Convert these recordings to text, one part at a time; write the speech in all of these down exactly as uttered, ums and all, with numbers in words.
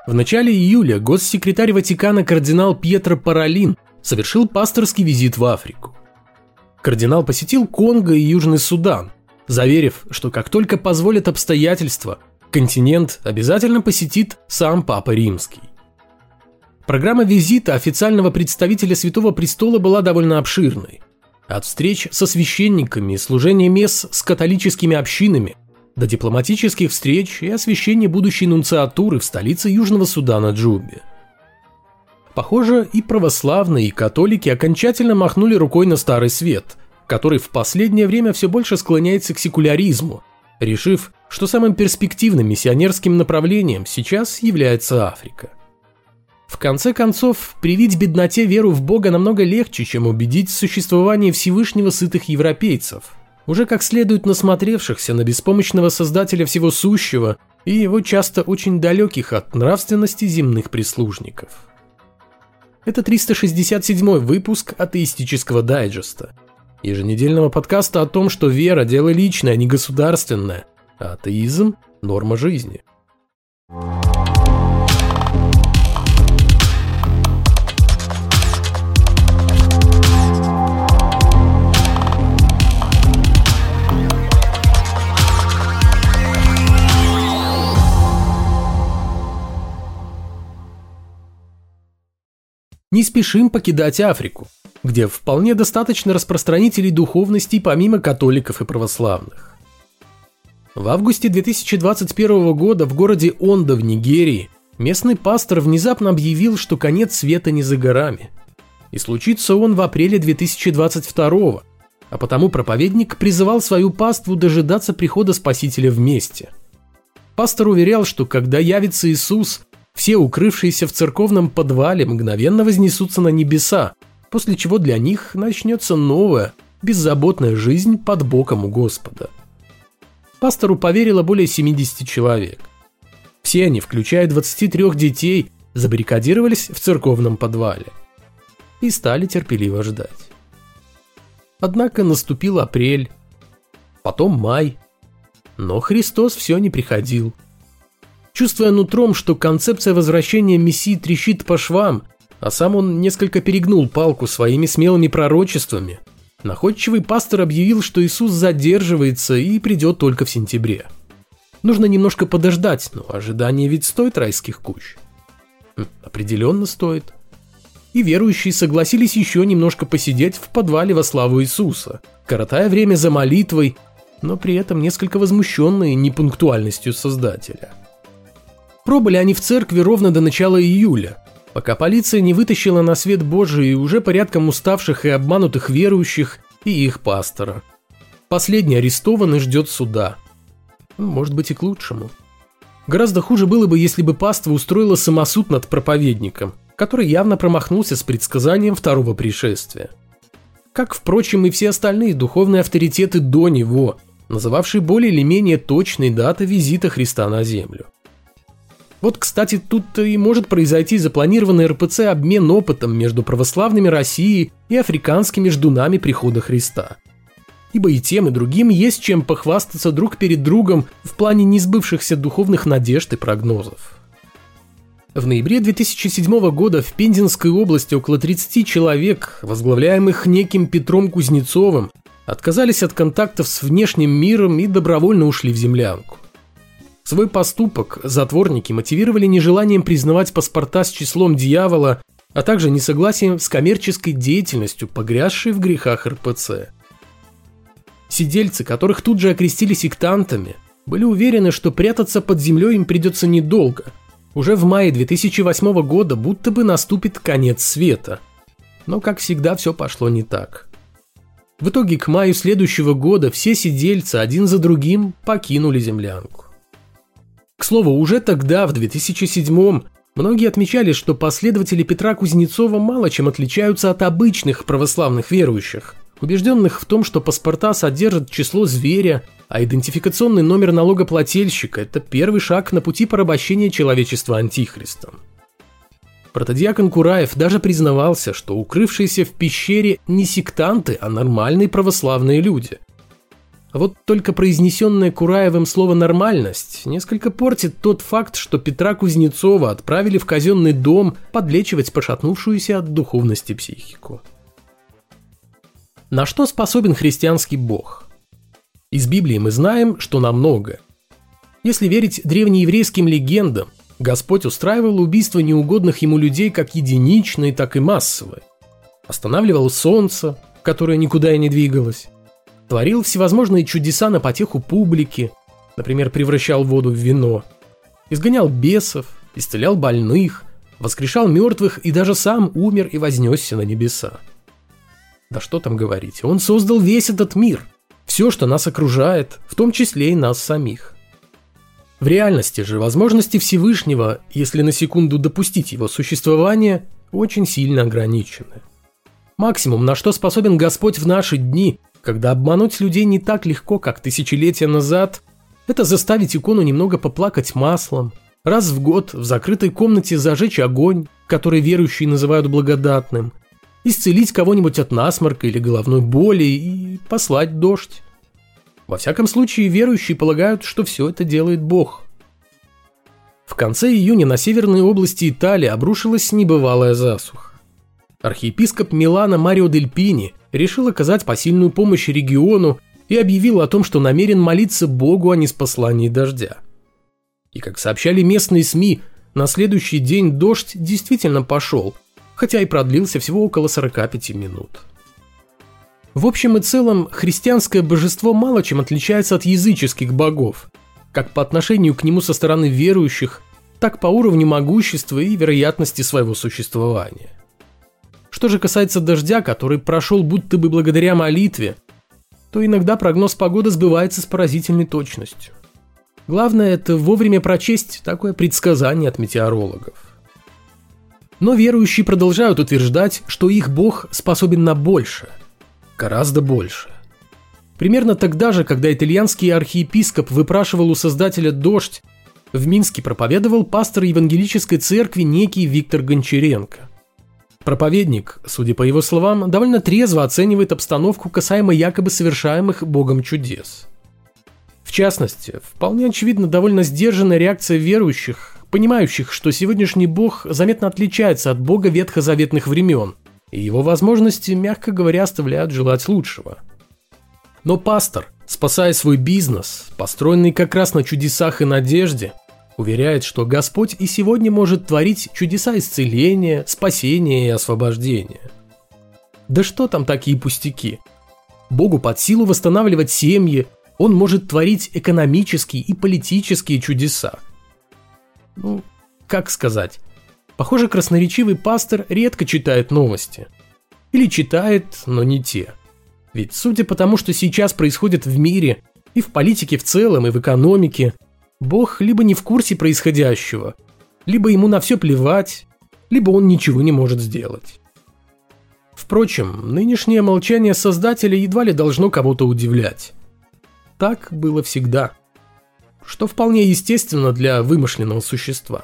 В начале июля госсекретарь Ватикана кардинал Пьетро Паролин совершил пасторский визит в Африку. Кардинал посетил Конго и Южный Судан, заверив, что как только позволят обстоятельства, континент обязательно посетит сам Папа Римский. Программа визита официального представителя Святого Престола была довольно обширной. От встреч со священниками и служения месс с католическими общинами до дипломатических встреч и освящения будущей нунциатуры в столице Южного Судана Джубе. Похоже, и православные, и католики окончательно махнули рукой на Старый Свет, который в последнее время все больше склоняется к секуляризму, решив, что самым перспективным миссионерским направлением сейчас является Африка. В конце концов, привить бедноте веру в Бога намного легче, чем убедить в существовании Всевышнего сытых европейцев, уже как следует насмотревшихся на беспомощного Создателя всего сущего и его часто очень далеких от нравственности земных прислужников. Это триста шестьдесят седьмой выпуск атеистического дайджеста, еженедельного подкаста о том, что вера – дело личное, а не государственное, а атеизм – норма жизни. Не спешим покидать Африку, где вполне достаточно распространителей духовности помимо католиков и православных. В августе две тысячи двадцать первого года в городе Ондо в Нигерии местный пастор внезапно объявил, что конец света не за горами. И случится он в апреле две тысячи двадцать второго, а потому проповедник призывал свою паству дожидаться прихода Спасителя вместе. Пастор уверял, что когда явится Иисус, все укрывшиеся в церковном подвале мгновенно вознесутся на небеса, после чего для них начнется новая, беззаботная жизнь под боком у Господа. Пастору поверило более семидесяти человек. Все они, включая двадцати трёх детей, забаррикадировались в церковном подвале и стали терпеливо ждать. Однако наступил апрель, потом май, но Христос все не приходил. Чувствуя нутром, что концепция возвращения Мессии трещит по швам, а сам он несколько перегнул палку своими смелыми пророчествами, находчивый пастор объявил, что Иисус задерживается и придет только в сентябре. Нужно немножко подождать, но ожидание ведь стоит райских кущ. Хм, определенно стоит. И верующие согласились еще немножко посидеть в подвале во славу Иисуса, коротая время за молитвой, но при этом несколько возмущенные непунктуальностью Создателя. Пробыли они в церкви ровно до начала июля, пока полиция не вытащила на свет Божий уже порядком уставших и обманутых верующих и их пастора. Последний арестован и ждет суда. Может быть и к лучшему. Гораздо хуже было бы, если бы паства устроила самосуд над проповедником, который явно промахнулся с предсказанием второго пришествия. Как, впрочем, и все остальные духовные авторитеты до него, называвшие более или менее точные даты визита Христа на землю. Вот, кстати, тут-то и может произойти запланированный эр пэ цэ обмен опытом между православными России и африканскими ждунами прихода Христа. Ибо и тем, и другим есть чем похвастаться друг перед другом в плане несбывшихся духовных надежд и прогнозов. В ноябре две тысячи седьмого года в Пензенской области около тридцати человек, возглавляемых неким Петром Кузнецовым, отказались от контактов с внешним миром и добровольно ушли в землянку. Свой поступок затворники мотивировали нежеланием признавать паспорта с числом дьявола, а также несогласием с коммерческой деятельностью, погрязшей в грехах эр пэ цэ. Сидельцы, которых тут же окрестили сектантами, были уверены, что прятаться под землей им придется недолго. Уже в мае две тысячи восьмого года будто бы наступит конец света. Но, как всегда, все пошло не так. В итоге к маю следующего года все сидельцы один за другим покинули землянку. К слову, уже тогда, в две тысячи седьмом, многие отмечали, что последователи Петра Кузнецова мало чем отличаются от обычных православных верующих, убежденных в том, что паспорта содержат число зверя, а идентификационный номер налогоплательщика – это первый шаг на пути порабощения человечества антихристом. Протодиакон Кураев даже признавался, что укрывшиеся в пещере не сектанты, а нормальные православные люди. Вот только произнесенное Кураевым слово «нормальность» несколько портит тот факт, что Петра Кузнецова отправили в казенный дом подлечивать пошатнувшуюся от духовности психику. На что способен христианский Бог? Из Библии мы знаем, что на многое. Если верить древнееврейским легендам, Господь устраивал убийство неугодных ему людей как единичные, так и массовые. Останавливал солнце, которое никуда и не двигалось. Творил всевозможные чудеса на потеху публики, например, превращал воду в вино. Изгонял бесов, исцелял больных, воскрешал мертвых и даже сам умер и вознесся на небеса. Да что там говорить, он создал весь этот мир, все, что нас окружает, в том числе и нас самих. В реальности же возможности Всевышнего, если на секунду допустить его существование, очень сильно ограничены. Максимум, на что способен Господь в наши дни, когда обмануть людей не так легко, как тысячелетия назад, это заставить икону немного поплакать маслом, раз в год в закрытой комнате зажечь огонь, который верующие называют благодатным, исцелить кого-нибудь от насморка или головной боли и послать дождь. Во всяком случае, верующие полагают, что все это делает Бог. В конце июня на северной области Италии обрушилась небывалая засуха. Архиепископ Милана Марио Дель Пини решил оказать посильную помощь региону и объявил о том, что намерен молиться Богу о ниспослании дождя. И, как сообщали местные СМИ, на следующий день дождь действительно пошел, хотя и продлился всего около сорока пяти минут. В общем и целом, христианское божество мало чем отличается от языческих богов, как по отношению к нему со стороны верующих, так по уровню могущества и вероятности своего существования. Что же касается дождя, который прошел будто бы благодаря молитве, то иногда прогноз погоды сбывается с поразительной точностью. Главное – это вовремя прочесть такое предсказание от метеорологов. Но верующие продолжают утверждать, что их Бог способен на большее, гораздо больше. Примерно тогда же, когда итальянский архиепископ выпрашивал у Создателя дождь, в Минске проповедовал пастор евангелической церкви некий Виктор Гончаренко. Проповедник, судя по его словам, довольно трезво оценивает обстановку касаемо якобы совершаемых Богом чудес. В частности, вполне очевидна довольно сдержанная реакция верующих, понимающих, что сегодняшний Бог заметно отличается от Бога ветхозаветных времен, и его возможности, мягко говоря, оставляют желать лучшего. Но пастор, спасая свой бизнес, построенный как раз на чудесах и надежде, уверяет, что Господь и сегодня может творить чудеса исцеления, спасения и освобождения. Да что там такие пустяки? Богу под силу восстанавливать семьи, Он может творить экономические и политические чудеса. Ну, как сказать? Похоже, красноречивый пастор редко читает новости. Или читает, но не те. Ведь судя по тому, что сейчас происходит в мире, и в политике в целом, и в экономике, Бог либо не в курсе происходящего, либо ему на все плевать, либо он ничего не может сделать. Впрочем, нынешнее молчание Создателя едва ли должно кого-то удивлять. Так было всегда, что вполне естественно для вымышленного существа.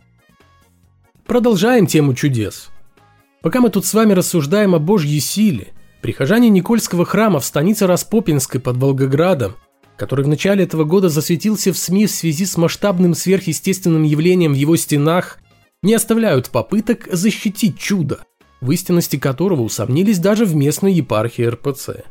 Продолжаем тему чудес. Пока мы тут с вами рассуждаем о Божьей силе, прихожане Никольского храма в станице Распопинской под Волгоградом, который в начале этого года засветился в СМИ в связи с масштабным сверхъестественным явлением в его стенах, не оставляют попыток защитить чудо, в истинности которого усомнились даже в местной епархии эр пэ цэ.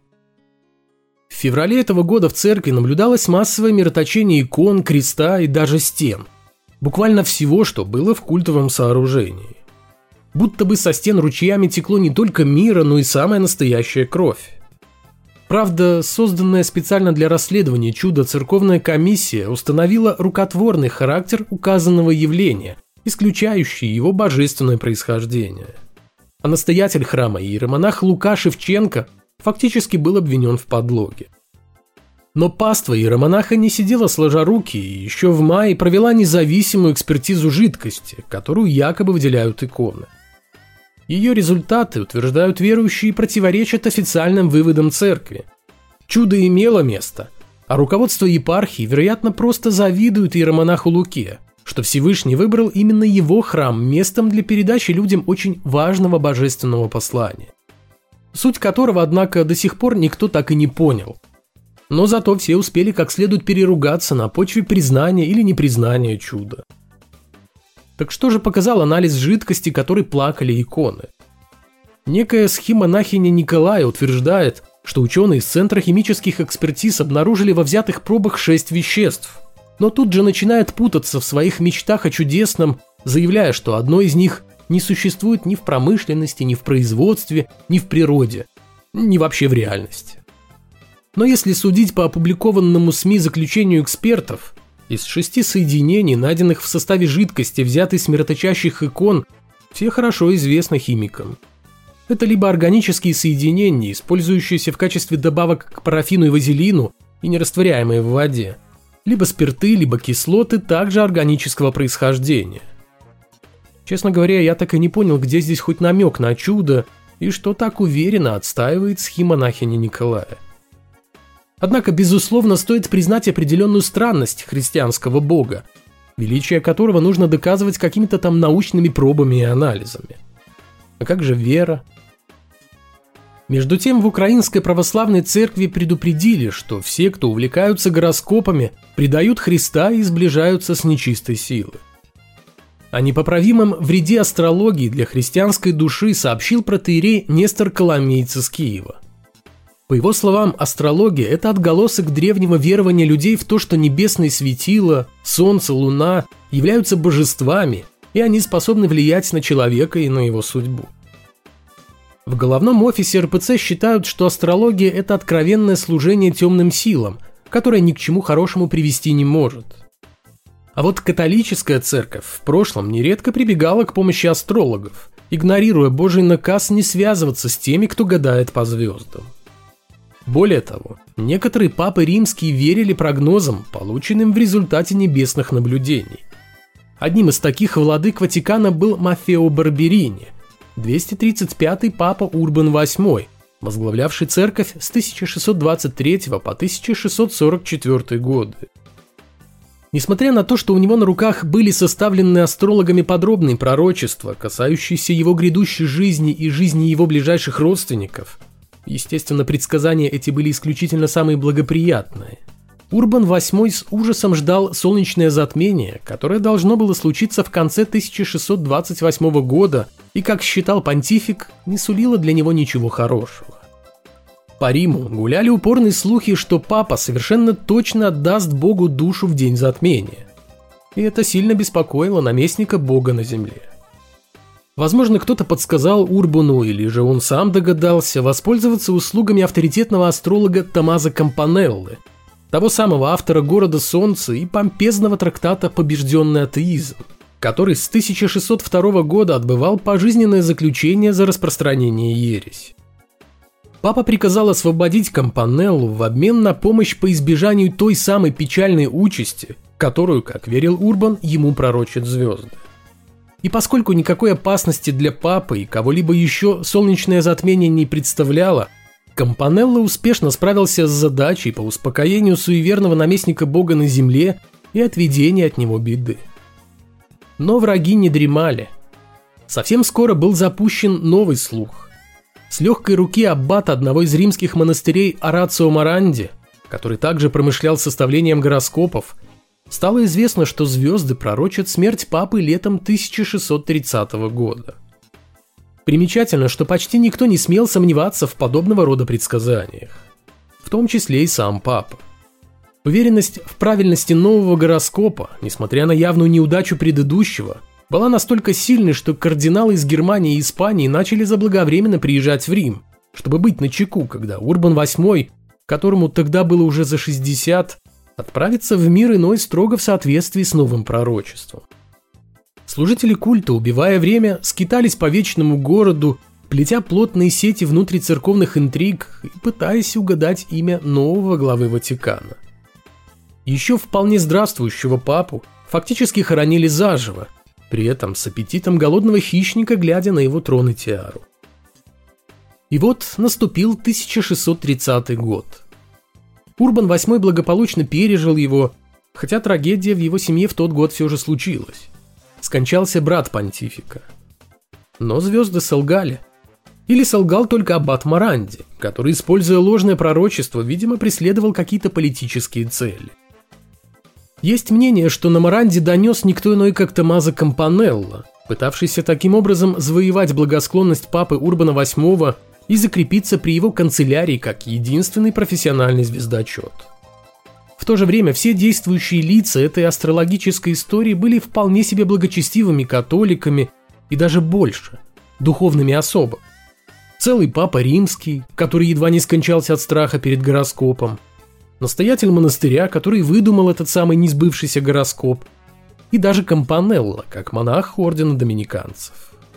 В феврале этого года в церкви наблюдалось массовое мироточение икон, креста и даже стен. Буквально всего, что было в культовом сооружении. Будто бы со стен ручьями текло не только мира, но и самая настоящая кровь. Правда, созданная специально для расследования чуда церковная комиссия установила рукотворный характер указанного явления, исключающий его божественное происхождение. А настоятель храма иеромонах Лука Шевченко фактически был обвинен в подлоге. Но паства иеромонаха не сидела сложа руки и еще в мае провела независимую экспертизу жидкости, которую якобы выделяют иконы. Ее результаты, утверждают верующие, противоречат официальным выводам церкви. Чудо имело место, а руководство епархии, вероятно, просто завидует иеромонаху Луке, что Всевышний выбрал именно его храм местом для передачи людям очень важного божественного послания, суть которого, однако, до сих пор никто так и не понял. Но зато все успели как следует переругаться на почве признания или непризнания чуда. Так что же показал анализ жидкости, которой плакали иконы? Некая схимонахиня Николая утверждает, что ученые из Центра химических экспертиз обнаружили во взятых пробах шесть веществ, но тут же начинает путаться в своих мечтах о чудесном, заявляя, что одно из них не существует ни в промышленности, ни в производстве, ни в природе, ни вообще в реальности. Но если судить по опубликованному СМИ заключению экспертов, из шести соединений, найденных в составе жидкости, взятой с мироточащих икон, все хорошо известны химикам. Это либо органические соединения, использующиеся в качестве добавок к парафину и вазелину и нерастворяемые в воде, либо спирты, либо кислоты также органического происхождения. Честно говоря, я так и не понял, где здесь хоть намек на чудо и что так уверенно отстаивает схимонахиня Николая. Однако, безусловно, стоит признать определенную странность христианского бога, величие которого нужно доказывать какими-то там научными пробами и анализами. А как же вера? Между тем, в Украинской православной церкви предупредили, что все, кто увлекаются гороскопами, предают Христа и сближаются с нечистой силой. О непоправимом вреде астрологии для христианской души сообщил протоиерей Нестор Коломеец из Киева. По его словам, астрология – это отголосок древнего верования людей в то, что небесные светила, солнце, луна являются божествами, и они способны влиять на человека и на его судьбу. В головном офисе эр пэ цэ считают, что астрология – это откровенное служение темным силам, которое ни к чему хорошему привести не может. А вот католическая церковь в прошлом нередко прибегала к помощи астрологов, игнорируя Божий наказ не связываться с теми, кто гадает по звездам. Более того, некоторые папы римские верили прогнозам, полученным в результате небесных наблюдений. Одним из таких владык Ватикана был Мафео Барберини, двести тридцать пятый папа Урбан восьмой, возглавлявший церковь с тысяча шестьсот двадцать третьего по тысяча шестьсот сорок четвёртый годы. Несмотря на то, что у него на руках были составлены астрологами подробные пророчества, касающиеся его грядущей жизни и жизни его ближайших родственников, естественно, предсказания эти были исключительно самые благоприятные, Урбан восьмой с ужасом ждал солнечное затмение, которое должно было случиться в конце тысяча шестьсот двадцать восьмого года и, как считал понтифик, не сулило для него ничего хорошего. По Риму гуляли упорные слухи, что папа совершенно точно отдаст Богу душу в день затмения. И это сильно беспокоило наместника Бога на земле. Возможно, кто-то подсказал Урбану, или же он сам догадался воспользоваться услугами авторитетного астролога Томмазо Кампанеллы, того самого автора «Города солнца» и помпезного трактата «Побежденный атеизм», который с тысяча шестьсот второго года отбывал пожизненное заключение за распространение ереси. Папа приказал освободить Кампанеллу в обмен на помощь по избежанию той самой печальной участи, которую, как верил Урбан, ему пророчат звезды. И поскольку никакой опасности для папы и кого-либо еще солнечное затмение не представляло, Кампанелло успешно справился с задачей по успокоению суеверного наместника Бога на земле и отведению от него беды. Но враги не дремали. Совсем скоро был запущен новый слух. С легкой руки аббата одного из римских монастырей Орацио Маранди, который также промышлял составлением гороскопов, стало известно, что звезды пророчат смерть папы летом тысяча шестьсот тридцатого года. Примечательно, что почти никто не смел сомневаться в подобного рода предсказаниях, в том числе и сам папа. Уверенность в правильности нового гороскопа, несмотря на явную неудачу предыдущего, была настолько сильной, что кардиналы из Германии и Испании начали заблаговременно приезжать в Рим, чтобы быть начеку, когда Урбан восьмой, которому тогда было уже за шестьдесят, отправится в мир иной строго в соответствии с новым пророчеством. Служители культа, убивая время, скитались по вечному городу, плетя плотные сети внутрицерковных интриг и пытаясь угадать имя нового главы Ватикана. Еще вполне здравствующего папу фактически хоронили заживо, при этом с аппетитом голодного хищника, глядя на его трон и тиару. И вот наступил тысяча шестьсот тридцатый год. Урбан восьмой благополучно пережил его, хотя трагедия в его семье в тот год все же случилась. Скончался брат понтифика. Но звезды солгали. Или солгал только аббат Маранди, который, используя ложное пророчество, видимо, преследовал какие-то политические цели. Есть мнение, что на Маранди донес никто иной, как Томмазо Кампанелло, пытавшийся таким образом завоевать благосклонность папы Урбана восьмого и закрепиться при его канцелярии как единственный профессиональный звездочет. В то же время все действующие лица этой астрологической истории были вполне себе благочестивыми католиками и даже больше – духовными особами. Целый папа римский, который едва не скончался от страха перед гороскопом, настоятель монастыря, который выдумал этот самый несбывшийся гороскоп, и даже Кампанелло, как монах ордена доминиканцев.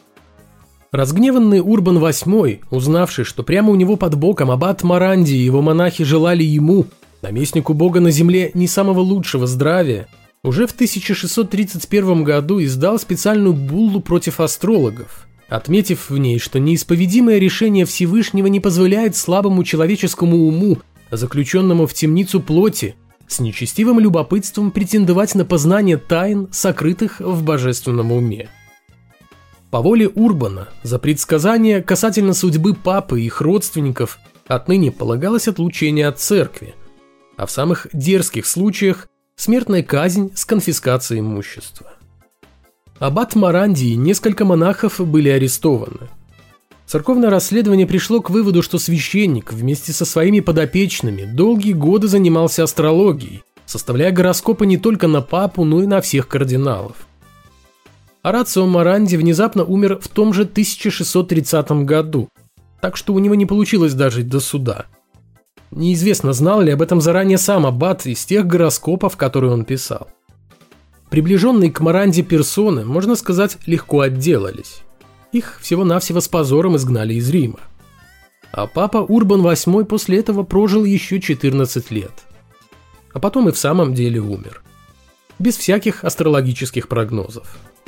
Разгневанный Урбан восьмой, узнавший, что прямо у него под боком аббат Маранди и его монахи желали ему, наместнику бога на земле, не самого лучшего здравия, уже в тысяча шестьсот тридцать первом году издал специальную буллу против астрологов, отметив в ней, что неисповедимое решение Всевышнего не позволяет слабому человеческому уму, заключенному в темницу плоти, с нечестивым любопытством претендовать на познание тайн, сокрытых в божественном уме. По воле Урбана за предсказания касательно судьбы папы и их родственников отныне полагалось отлучение от церкви, а в самых дерзких случаях смертная казнь с конфискацией имущества. Аббат Маранди и несколько монахов были арестованы. Церковное расследование пришло к выводу, что священник вместе со своими подопечными долгие годы занимался астрологией, составляя гороскопы не только на папу, но и на всех кардиналов. Орацио Маранди внезапно умер в том же тысяча шестьсот тридцатом году, так что у него не получилось дожить до суда. Неизвестно, знал ли об этом заранее сам аббат из тех гороскопов, которые он писал. Приближенные к Маранди персоны, можно сказать, легко отделались. Их всего-навсего с позором изгнали из Рима. А папа Урбан восьмой после этого прожил еще четырнадцать лет. А потом и в самом деле умер. Без всяких астрологических прогнозов.